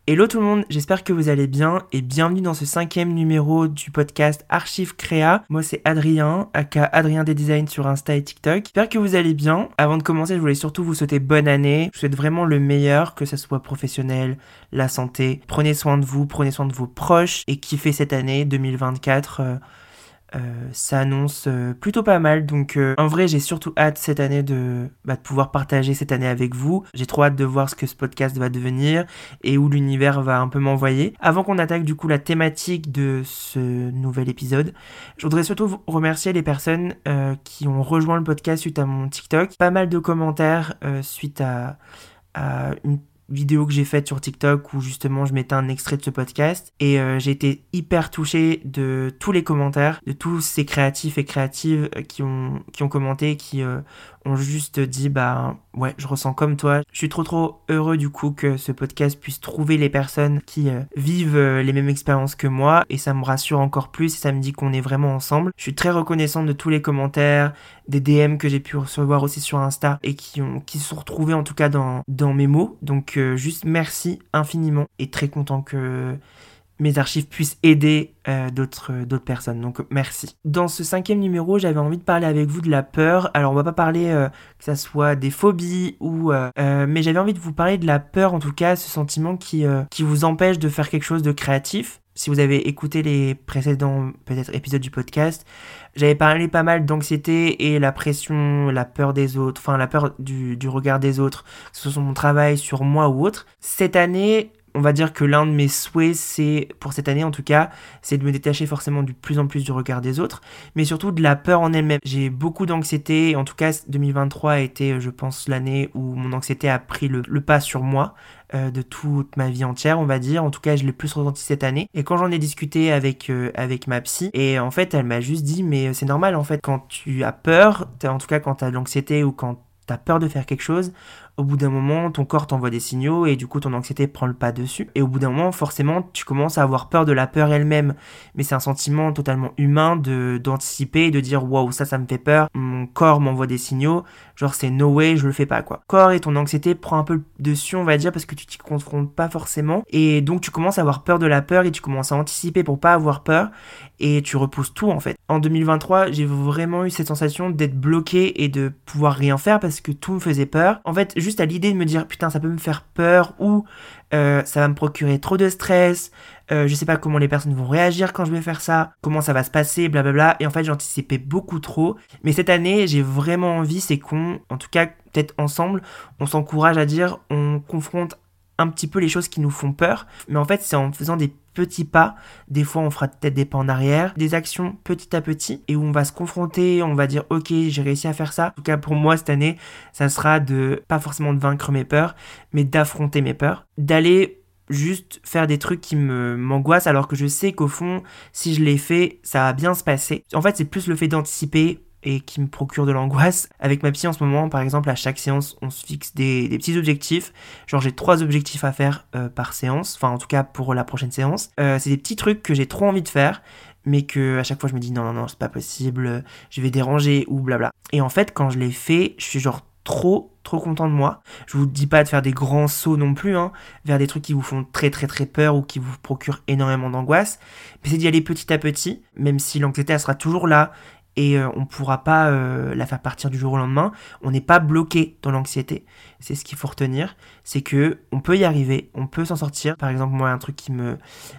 Hello tout le monde, j'espère que vous allez bien et bienvenue dans ce 5e numéro du podcast Archive Créa. Moi c'est Adrien, aka Adrien des Designs sur Insta et TikTok. J'espère que vous allez bien. Avant de commencer, je voulais surtout vous souhaiter bonne année. Je vous souhaite vraiment le meilleur, que ce soit professionnel, la santé. Prenez soin de vous, prenez soin de vos proches et kiffez cette année 2024. Ça annonce plutôt pas mal, donc en vrai j'ai surtout hâte cette année de pouvoir partager cette année avec vous. J'ai trop hâte de voir ce que ce podcast va devenir et où l'univers va un peu m'envoyer. Avant qu'on attaque du coup la thématique de ce nouvel épisode, je voudrais surtout remercier les personnes qui ont rejoint le podcast suite à mon TikTok. Pas mal de commentaires suite à une vidéo que j'ai faite sur TikTok où justement je mettais un extrait de ce podcast et j'ai été hyper touché de tous les commentaires, de tous ces créatifs et créatives qui ont commenté, qui ont juste dit ouais, je ressens comme toi. Je suis trop heureux du coup que ce podcast puisse trouver les personnes qui vivent les mêmes expériences que moi et ça me rassure encore plus et ça me dit qu'on est vraiment ensemble. Je suis très reconnaissant de tous les commentaires, des DM que j'ai pu recevoir aussi sur Insta et qui se sont retrouvés en tout cas dans mes mots. Donc juste merci infiniment et très content que mes archives puissent aider d'autres personnes, donc merci. Dans ce 5e numéro, j'avais envie de parler avec vous de la peur. Alors on va pas parler que ça soit des phobies ou mais j'avais envie de vous parler de la peur, en tout cas ce sentiment qui vous empêche de faire quelque chose de créatif. Si vous avez écouté les précédents peut-être épisodes du podcast, j'avais parlé pas mal d'anxiété et la pression, la peur des autres, enfin la peur du regard des autres, que ce soit sur mon travail, sur moi ou autre. Cette année, on va dire que l'un de mes souhaits, c'est, pour cette année en tout cas, c'est de me détacher forcément de plus en plus du regard des autres, mais surtout de la peur en elle-même. J'ai beaucoup d'anxiété, en tout cas 2023 a été, je pense, l'année où mon anxiété a pris le pas sur moi, de toute ma vie entière, on va dire. En tout cas, je l'ai plus ressenti cette année. Et quand j'en ai discuté avec ma psy, et en fait, elle m'a juste dit, mais c'est normal, en fait, quand tu as peur, en tout cas quand tu as de l'anxiété ou quand t'as peur de faire quelque chose, au bout d'un moment, ton corps t'envoie des signaux et du coup, ton anxiété prend le pas dessus. Et au bout d'un moment, forcément, tu commences à avoir peur de la peur elle-même. Mais c'est un sentiment totalement humain d'anticiper et de dire « Waouh, ça me fait peur, mon corps m'envoie des signaux, genre c'est no way, je le fais pas, quoi. » Corps et ton anxiété prend un peu dessus, on va dire, parce que tu t'y confrontes pas forcément. Et donc, tu commences à avoir peur de la peur et tu commences à anticiper pour pas avoir peur. Et tu repousses tout, en fait. En 2023, j'ai vraiment eu cette sensation d'être bloqué et de pouvoir rien faire parce que tout me faisait peur. En fait, juste à l'idée de me dire putain, ça peut me faire peur ou ça va me procurer trop de stress, je sais pas comment les personnes vont réagir quand je vais faire ça, comment ça va se passer, blablabla. Et en fait, j'anticipais beaucoup trop. Mais cette année, j'ai vraiment envie, c'est qu'on, en tout cas, peut-être ensemble, on s'encourage à dire, on confronte un petit peu les choses qui nous font peur. Mais en fait, c'est en faisant des petits pas, des fois on fera peut-être des pas en arrière, des actions petit à petit et où on va se confronter, on va dire ok, j'ai réussi à faire ça. En tout cas pour moi cette année, ça sera pas forcément de vaincre mes peurs, mais d'affronter mes peurs, d'aller juste faire des trucs qui m'angoissent alors que je sais qu'au fond, si je les fais, ça va bien se passer. En fait, c'est plus le fait d'anticiper et qui me procure de l'angoisse. Avec ma psy en ce moment, par exemple, à chaque séance, on se fixe des petits objectifs. Genre, j'ai 3 objectifs à faire par séance, enfin en tout cas pour la prochaine séance. C'est des petits trucs que j'ai trop envie de faire, mais que à chaque fois je me dis non, c'est pas possible, je vais déranger ou blabla. Et en fait, quand je les fais, je suis genre trop content de moi. Je vous dis pas de faire des grands sauts non plus, vers des trucs qui vous font très peur ou qui vous procurent énormément d'angoisse, mais c'est d'y aller petit à petit, même si l'anxiété elle sera toujours là, et on ne pourra pas la faire partir du jour au lendemain. On n'est pas bloqué dans l'anxiété. C'est ce qu'il faut retenir. C'est qu'on peut y arriver, on peut s'en sortir. Par exemple, moi, un truc qui me...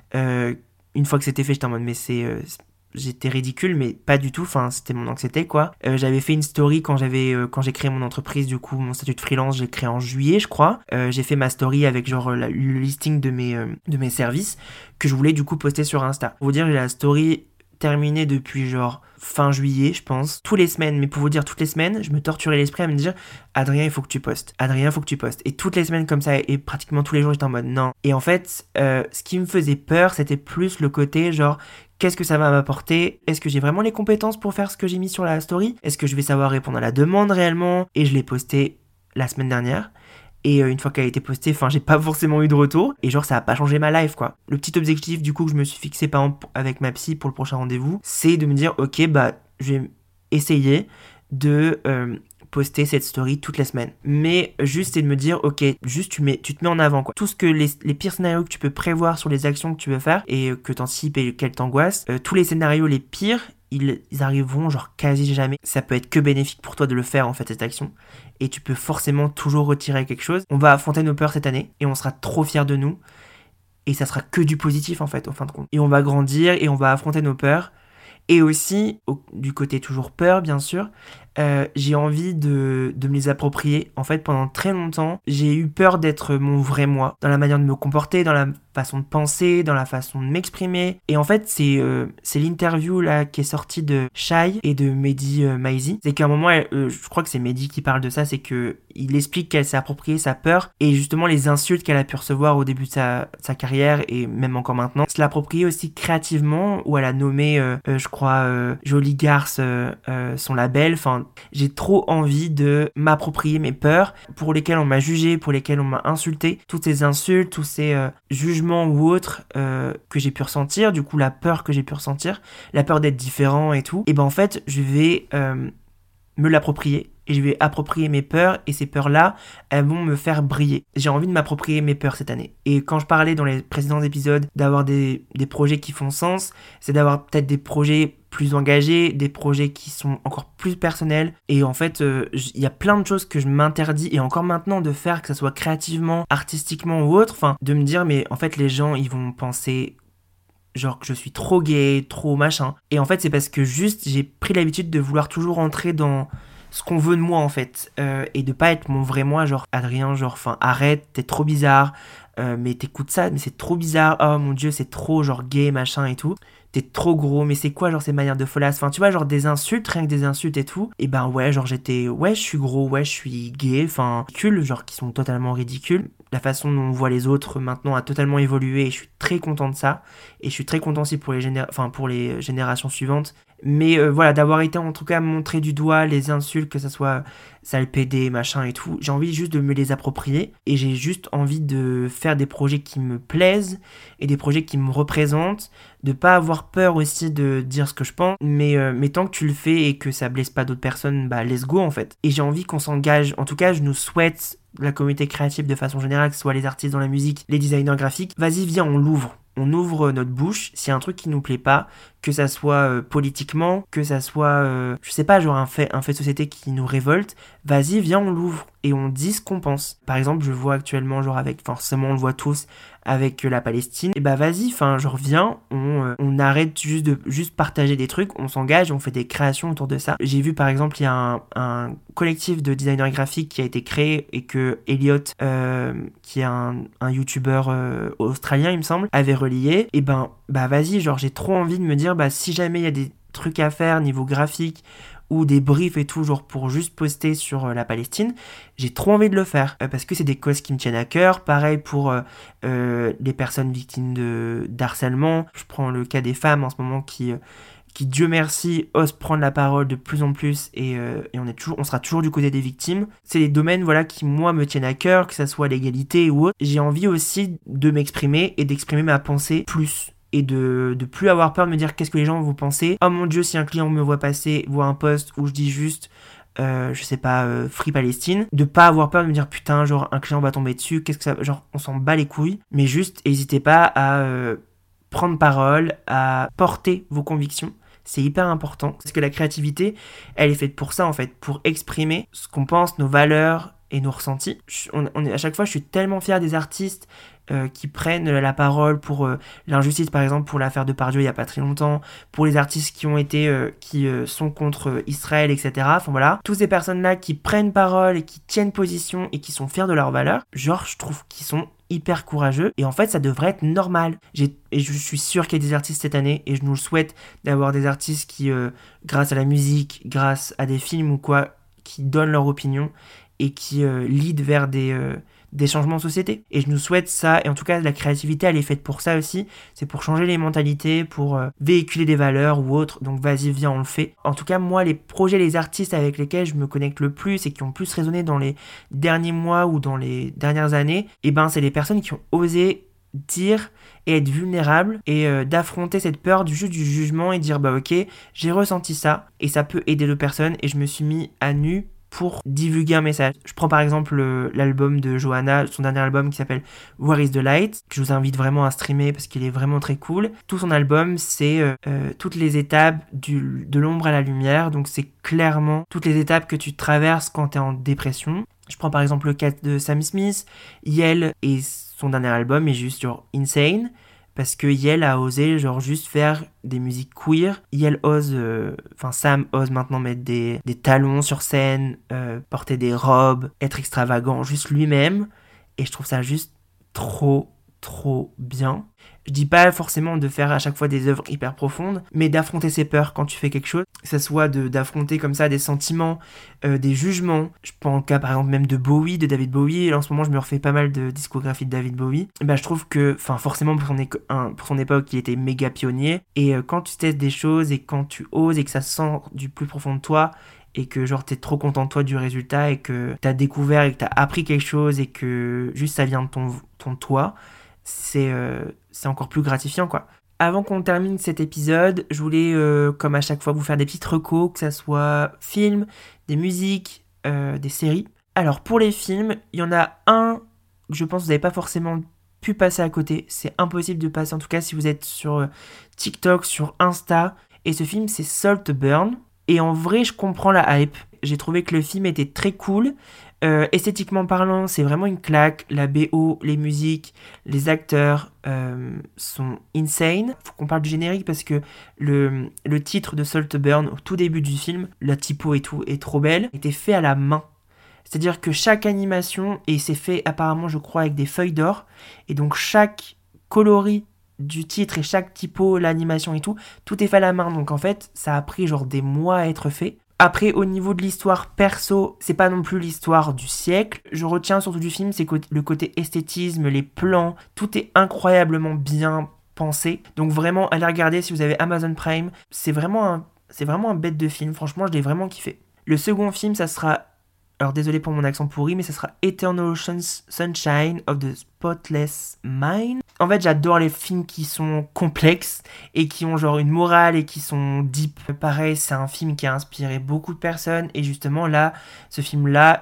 une fois que c'était fait, j'étais en mode, mais j'étais ridicule, mais pas du tout. Enfin, c'était mon anxiété, quoi. J'avais fait une story quand j'ai créé mon entreprise, du coup, mon statut de freelance, j'ai créé en juillet, je crois. J'ai fait ma story avec genre le listing de mes services que je voulais du coup poster sur Insta. Pour vous dire, j'ai la story terminée depuis genre fin juillet, je pense, toutes les semaines, mais pour vous dire toutes les semaines, je me torturais l'esprit à me dire Adrien, il faut que tu postes. Adrien, il faut que tu postes. Et toutes les semaines comme ça, et pratiquement tous les jours, j'étais en mode non. Et en fait, ce qui me faisait peur, c'était plus le côté genre qu'est-ce que ça va m'apporter? Est-ce que j'ai vraiment les compétences pour faire ce que j'ai mis sur la story? Est-ce que je vais savoir répondre à la demande réellement? Et je l'ai posté la semaine dernière. Et une fois qu'elle a été postée, j'ai pas forcément eu de retour. Et genre, ça a pas changé ma life, quoi. Le petit objectif, du coup, que je me suis fixé, par exemple, avec ma psy pour le prochain rendez-vous, c'est de me dire, ok, je vais essayer de poster cette story toutes les semaines. Mais juste c'est de me dire, ok, juste tu te mets en avant, quoi. Tout ce que les pires scénarios que tu peux prévoir sur les actions que tu veux faire et que t'anticipes et qu'elles t'angoissent, tous les scénarios les pires, ils arriveront genre quasi jamais. Ça peut être que bénéfique pour toi de le faire en fait, cette action. Et tu peux forcément toujours retirer quelque chose. On va affronter nos peurs cette année et on sera trop fiers de nous. Et ça sera que du positif en fait, au fin de compte. Et on va grandir et on va affronter nos peurs. Et aussi, du côté toujours peur, bien sûr, j'ai envie de me les approprier. En fait, pendant très longtemps, j'ai eu peur d'être mon vrai moi, dans la manière de me comporter, dans la façon de penser, dans la façon de m'exprimer. Et en fait, c'est l'interview là qui est sortie de Shai et de Mehdi Maizi. C'est qu'à un moment, je crois que c'est Mehdi qui parle de ça, c'est que il explique qu'elle s'est approprié sa peur et justement les insultes qu'elle a pu recevoir au début de sa carrière et même encore maintenant. Se l'approprier aussi créativement, où elle a nommé, je crois, Jolie Garce, son label. Enfin, j'ai trop envie de m'approprier mes peurs pour lesquelles on m'a jugé, pour lesquelles on m'a insulté. Toutes ces insultes, tous ces jugements ou autres que j'ai pu ressentir, du coup la peur que j'ai pu ressentir, la peur d'être différent et tout. Et ben en fait, je vais me l'approprier. Et je vais approprier mes peurs, et ces peurs-là, elles vont me faire briller. J'ai envie de m'approprier mes peurs cette année. Et quand je parlais dans les précédents épisodes d'avoir des projets qui font sens, c'est d'avoir peut-être des projets plus engagés, des projets qui sont encore plus personnels. Et en fait, il y a plein de choses que je m'interdis, et encore maintenant, de faire, que ce soit créativement, artistiquement ou autre. Enfin, de me dire, mais en fait, les gens, ils vont penser genre que je suis trop gay, trop machin. Et en fait, c'est parce que juste, j'ai pris l'habitude de vouloir toujours entrer dans ce qu'on veut de moi en fait, et de pas être mon vrai moi, genre Adrien, genre enfin arrête, t'es trop bizarre, mais t'écoutes ça, mais c'est trop bizarre, oh mon dieu c'est trop genre gay machin et tout, t'es trop gros, mais c'est quoi genre ces manières de folasse, enfin tu vois genre des insultes, rien que des insultes et tout, et ben ouais genre ouais je suis gros, ouais je suis gay, enfin ridicules, genre qui sont totalement ridicules. La façon dont on voit les autres maintenant a totalement évolué et je suis très content de ça, et je suis très content aussi pour les générations suivantes. Mais voilà, d'avoir été en tout cas montré du doigt les insultes, que ça soit sale PD, machin et tout, j'ai envie juste de me les approprier et j'ai juste envie de faire des projets qui me plaisent et des projets qui me représentent, de pas avoir peur aussi de dire ce que je pense, mais tant que tu le fais et que ça blesse pas d'autres personnes, bah let's go en fait. Et j'ai envie qu'on s'engage, en tout cas je nous souhaite, la communauté créative de façon générale, que ce soit les artistes dans la musique, les designers graphiques, vas-y viens on l'ouvre. On ouvre notre bouche, s'il y a un truc qui nous plaît pas, que ça soit politiquement, que ça soit, je sais pas, genre un fait de société qui nous révolte, vas-y, viens, on l'ouvre et on dit ce qu'on pense. Par exemple, je vois actuellement, genre forcément on le voit tous, avec la Palestine, et bah vas-y, enfin, genre viens, on arrête juste de partager des trucs, on s'engage, on fait des créations autour de ça. J'ai vu par exemple, il y a un collectif de designers graphiques qui a été créé et que Elliot, qui est un youtubeur australien, il me semble, avait relié, et bah vas-y, genre j'ai trop envie de me dire, bah si jamais il y a des trucs à faire niveau graphique, ou des briefs et tout, genre pour juste poster sur la Palestine, j'ai trop envie de le faire, parce que c'est des causes qui me tiennent à cœur. Pareil pour les personnes victimes d'harcèlement. Je prends le cas des femmes en ce moment qui Dieu merci, osent prendre la parole de plus en plus, et on sera toujours du côté des victimes. C'est des domaines, voilà, qui moi me tiennent à cœur, que ça soit l'égalité ou autre. J'ai envie aussi de m'exprimer et d'exprimer ma pensée plus. Et de plus avoir peur de me dire qu'est-ce que les gens vont penser. Oh mon dieu, si un client me voit passer, voit un post où je dis juste je sais pas, Free Palestine, de pas avoir peur de me dire putain, genre un client va tomber dessus, qu'est-ce que ça, genre on s'en bat les couilles, mais juste n'hésitez pas à prendre parole, à porter vos convictions. C'est hyper important, parce que la créativité, elle est faite pour ça en fait, pour exprimer ce qu'on pense, nos valeurs et nos ressentis. À chaque fois, je suis tellement fier des artistes qui prennent la parole pour l'injustice, par exemple pour l'affaire de Pardieu il y a pas très longtemps, pour les artistes qui ont été qui sont contre Israël, etc. Enfin voilà, toutes ces personnes-là qui prennent parole et qui tiennent position et qui sont fiers de leurs valeurs, genre je trouve qu'ils sont hyper courageux, et en fait ça devrait être normal. Et je suis sûr qu'il y a des artistes cette année, et je nous le souhaite, d'avoir des artistes qui grâce à la musique, grâce à des films ou quoi, qui donnent leur opinion et qui lead vers des changements de société. Et je nous souhaite ça, et en tout cas la créativité elle est faite pour ça aussi, c'est pour changer les mentalités, pour véhiculer des valeurs ou autres, donc vas-y viens on le fait. En tout cas moi les projets, les artistes avec lesquels je me connecte le plus et qui ont plus résonné dans les derniers mois ou dans les dernières années, et ben c'est les personnes qui ont osé dire et être vulnérables et d'affronter cette peur du jugement et dire bah ok j'ai ressenti ça et ça peut aider d'autres personnes, et je me suis mis à nu pour divulguer un message. Je prends par exemple l'album de Johanna, son dernier album qui s'appelle Where is the Light, que je vous invite vraiment à streamer parce qu'il est vraiment très cool. Tout son album, c'est toutes les étapes de l'ombre à la lumière, donc c'est clairement toutes les étapes que tu traverses quand tu es en dépression. Je prends par exemple le cas de Sam Smith, Yell, et son dernier album est juste genre insane. Parce que Yell a osé genre juste faire des musiques queer. Yell ose, Sam ose maintenant mettre des talons sur scène, porter des robes, être extravagant, juste lui-même. Et je trouve ça juste trop bien. Je dis pas forcément de faire à chaque fois des œuvres hyper profondes, mais d'affronter ses peurs quand tu fais quelque chose, que ce soit d'affronter comme ça des sentiments, des jugements. Je prends le cas par exemple même de Bowie, de David Bowie, et en ce moment je me refais pas mal de discographie de David Bowie. Et je trouve que, forcément pour son époque, il était méga pionnier, et quand tu testes des choses, et quand tu oses, et que ça sort du plus profond de toi, et que genre t'es trop content de toi du résultat, et que t'as découvert, et que t'as appris quelque chose, et que juste ça vient de ton toi, c'est encore plus gratifiant, quoi. Avant qu'on termine cet épisode, je voulais, comme à chaque fois, vous faire des petites recos, que ça soit films, des musiques, des séries. Alors, pour les films, il y en a un que je pense que vous n'avez pas forcément pu passer à côté. C'est impossible de passer, en tout cas si vous êtes sur TikTok, sur Insta. Et ce film, c'est Saltburn. Et en vrai, je comprends la hype. J'ai trouvé que le film était très cool. Esthétiquement parlant, c'est vraiment une claque. La BO, les musiques, les acteurs sont insane. Faut qu'on parle du générique parce que le titre de Saltburn, au tout début du film, la typo et tout est trop belle, était fait à la main. C'est-à-dire que chaque animation, et c'est fait apparemment je crois avec des feuilles d'or, et donc chaque coloris du titre et chaque typo, l'animation et tout est fait à la main. Donc en fait, ça a pris genre des mois à être fait. Après, au niveau de l'histoire perso, c'est pas non plus l'histoire du siècle. Je retiens surtout du film, c'est le côté esthétisme, les plans, tout est incroyablement bien pensé. Donc vraiment, allez regarder si vous avez Amazon Prime. C'est vraiment un bête de film. Franchement, je l'ai vraiment kiffé. Le second film, ça sera... Alors désolé pour mon accent pourri, mais ça sera Eternal Sunshine of the Spotless Mind. En fait, j'adore les films qui sont complexes et qui ont genre une morale et qui sont deep. Pareil, c'est un film qui a inspiré beaucoup de personnes et justement là, ce film-là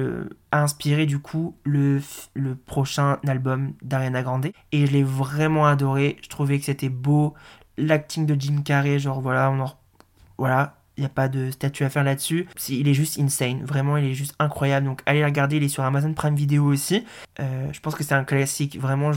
a inspiré du coup le prochain album d'Ariana Grande et je l'ai vraiment adoré. Je trouvais que c'était beau, l'acting de Jim Carrey, genre voilà. Il n'y a pas de statut à faire là-dessus. Il est juste insane. Vraiment, il est juste incroyable. Donc, allez le regarder. Il est sur Amazon Prime Video aussi. Je pense que c'est un classique. Vraiment,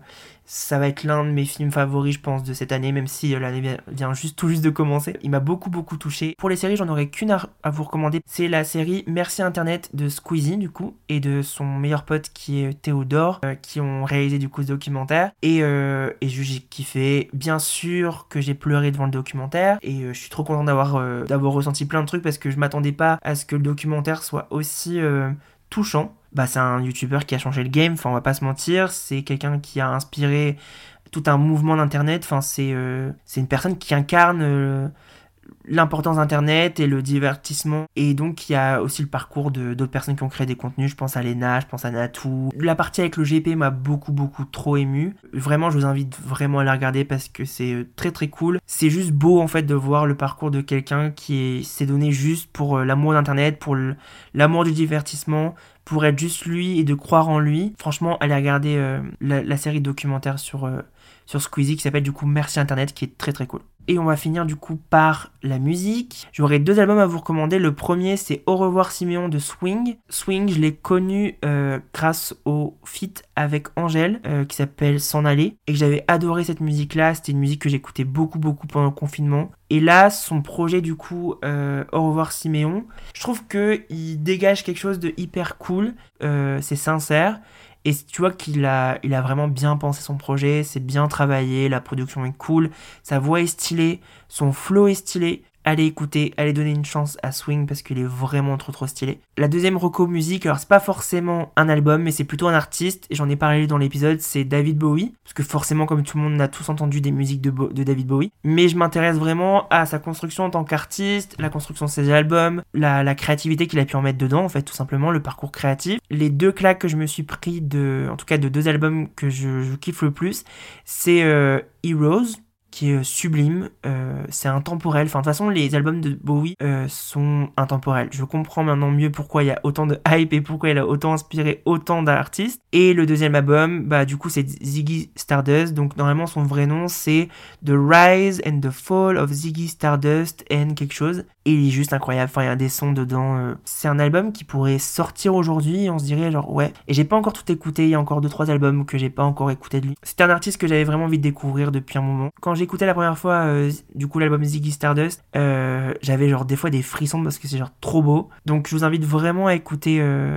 ça va être l'un de mes films favoris, je pense, de cette année, même si l'année vient tout juste de commencer. Il m'a beaucoup touché. Pour les séries, j'en aurais qu'une à vous recommander. C'est la série Merci Internet de Squeezie, du coup, et de son meilleur pote qui est Théodore, qui ont réalisé du coup ce documentaire. Et j'ai kiffé. Bien sûr que j'ai pleuré devant le documentaire. Et je suis trop content d'avoir ressenti plein de trucs parce que je m'attendais pas à ce que le documentaire soit aussi touchant. C'est un youtubeur qui a changé le game, on va pas se mentir, c'est quelqu'un qui a inspiré tout un mouvement d'internet, c'est une personne qui incarne l'importance d'internet et le divertissement, et donc il y a aussi le parcours d'autres personnes qui ont créé des contenus, je pense à Lena, je pense à Natou. La partie avec le GP m'a beaucoup trop ému, vraiment je vous invite vraiment à la regarder parce que c'est très cool, c'est juste beau en fait de voir le parcours de quelqu'un qui s'est donné juste pour l'amour d'internet, pour l'amour du divertissement, pour être juste lui et de croire en lui. Franchement, allez regarder la série documentaire sur Squeezie qui s'appelle du coup Merci Internet, qui est très cool. Et on va finir du coup par la musique. J'aurai 2 albums à vous recommander. Le premier, c'est Au revoir Siméon de Swing. Swing, je l'ai connu grâce au feat avec Angèle qui s'appelle S'en aller. Et que j'avais adoré cette musique-là. C'était une musique que j'écoutais beaucoup pendant le confinement. Et là, son projet du coup, Au revoir Siméon, je trouve qu'il dégage quelque chose de hyper cool. C'est sincère. Et tu vois qu'il a vraiment bien pensé son projet, c'est bien travaillé, la production est cool, sa voix est stylée, son flow est stylé. Allez écouter, allez donner une chance à Swing parce qu'il est vraiment trop stylé. La deuxième reco musique, alors c'est pas forcément un album, mais c'est plutôt un artiste, et j'en ai parlé dans l'épisode, c'est David Bowie, parce que forcément comme tout le monde on a tous entendu des musiques de David Bowie, mais je m'intéresse vraiment à sa construction en tant qu'artiste, la construction de ses albums, la créativité qu'il a pu en mettre dedans en fait, tout simplement, le parcours créatif. Les 2 claques que je me suis pris en tout cas de 2 albums que je kiffe le plus, c'est Heroes, qui est sublime, c'est intemporel. Enfin, de toute façon, les albums de Bowie sont intemporels. Je comprends maintenant mieux pourquoi il y a autant de hype et pourquoi il a autant inspiré autant d'artistes. Et le deuxième album, du coup, c'est Ziggy Stardust. Donc, normalement, son vrai nom, c'est The Rise and the Fall of Ziggy Stardust and quelque chose. Et il est juste incroyable. Enfin, il y a des sons dedans. C'est un album qui pourrait sortir aujourd'hui et on se dirait genre, ouais. Et j'ai pas encore tout écouté. Il y a encore 2-3 albums que j'ai pas encore écouté de lui. C'était un artiste que j'avais vraiment envie de découvrir depuis un moment. Quand j'écoutais la première fois, du coup, l'album Ziggy Stardust, j'avais genre des fois des frissons parce que c'est genre trop beau. Donc, je vous invite vraiment à écouter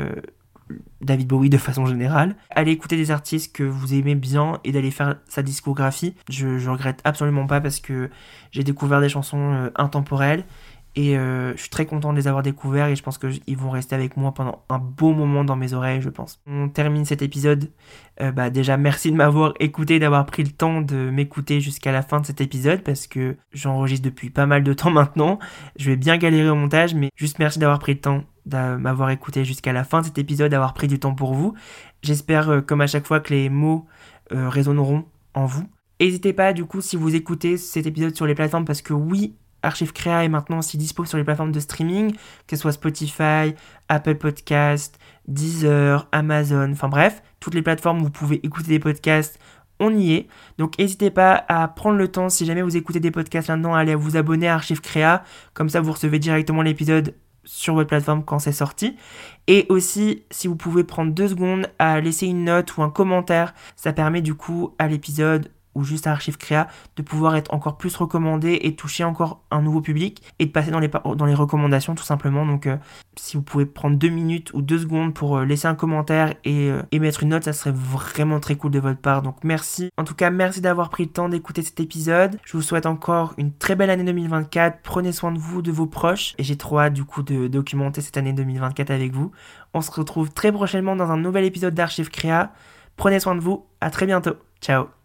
David Bowie de façon générale. Allez écouter des artistes que vous aimez bien et d'aller faire sa discographie. Je regrette absolument pas parce que j'ai découvert des chansons intemporelles. Et je suis très content de les avoir découverts et je pense qu'ils vont rester avec moi pendant un beau moment dans mes oreilles, je pense. On termine cet épisode. Déjà, merci de m'avoir écouté, d'avoir pris le temps de m'écouter jusqu'à la fin de cet épisode parce que j'enregistre depuis pas mal de temps maintenant. Je vais bien galérer au montage, mais juste merci d'avoir pris le temps de m'avoir écouté jusqu'à la fin de cet épisode, d'avoir pris du temps pour vous. J'espère, comme à chaque fois, que les mots résonneront en vous. N'hésitez pas, du coup, si vous écoutez cet épisode sur les plateformes, parce que oui, Archive Créa est maintenant aussi dispo sur les plateformes de streaming, que ce soit Spotify, Apple Podcast, Deezer, Amazon, enfin bref, toutes les plateformes où vous pouvez écouter des podcasts, on y est. Donc n'hésitez pas à prendre le temps, si jamais vous écoutez des podcasts là-dedans, à aller vous abonner à Archive Créa, comme ça vous recevez directement l'épisode sur votre plateforme quand c'est sorti. Et aussi, si vous pouvez prendre 2 secondes à laisser une note ou un commentaire, ça permet du coup à l'épisode ou juste à Archive Créa, de pouvoir être encore plus recommandé et toucher encore un nouveau public et de passer dans les recommandations tout simplement. Donc si vous pouvez prendre 2 minutes ou 2 secondes pour laisser un commentaire et mettre une note, ça serait vraiment très cool de votre part. Donc merci. En tout cas, merci d'avoir pris le temps d'écouter cet épisode. Je vous souhaite encore une très belle année 2024. Prenez soin de vous, de vos proches. Et j'ai trop hâte du coup de documenter cette année 2024 avec vous. On se retrouve très prochainement dans un nouvel épisode d'Archive Créa. Prenez soin de vous. À très bientôt. Ciao.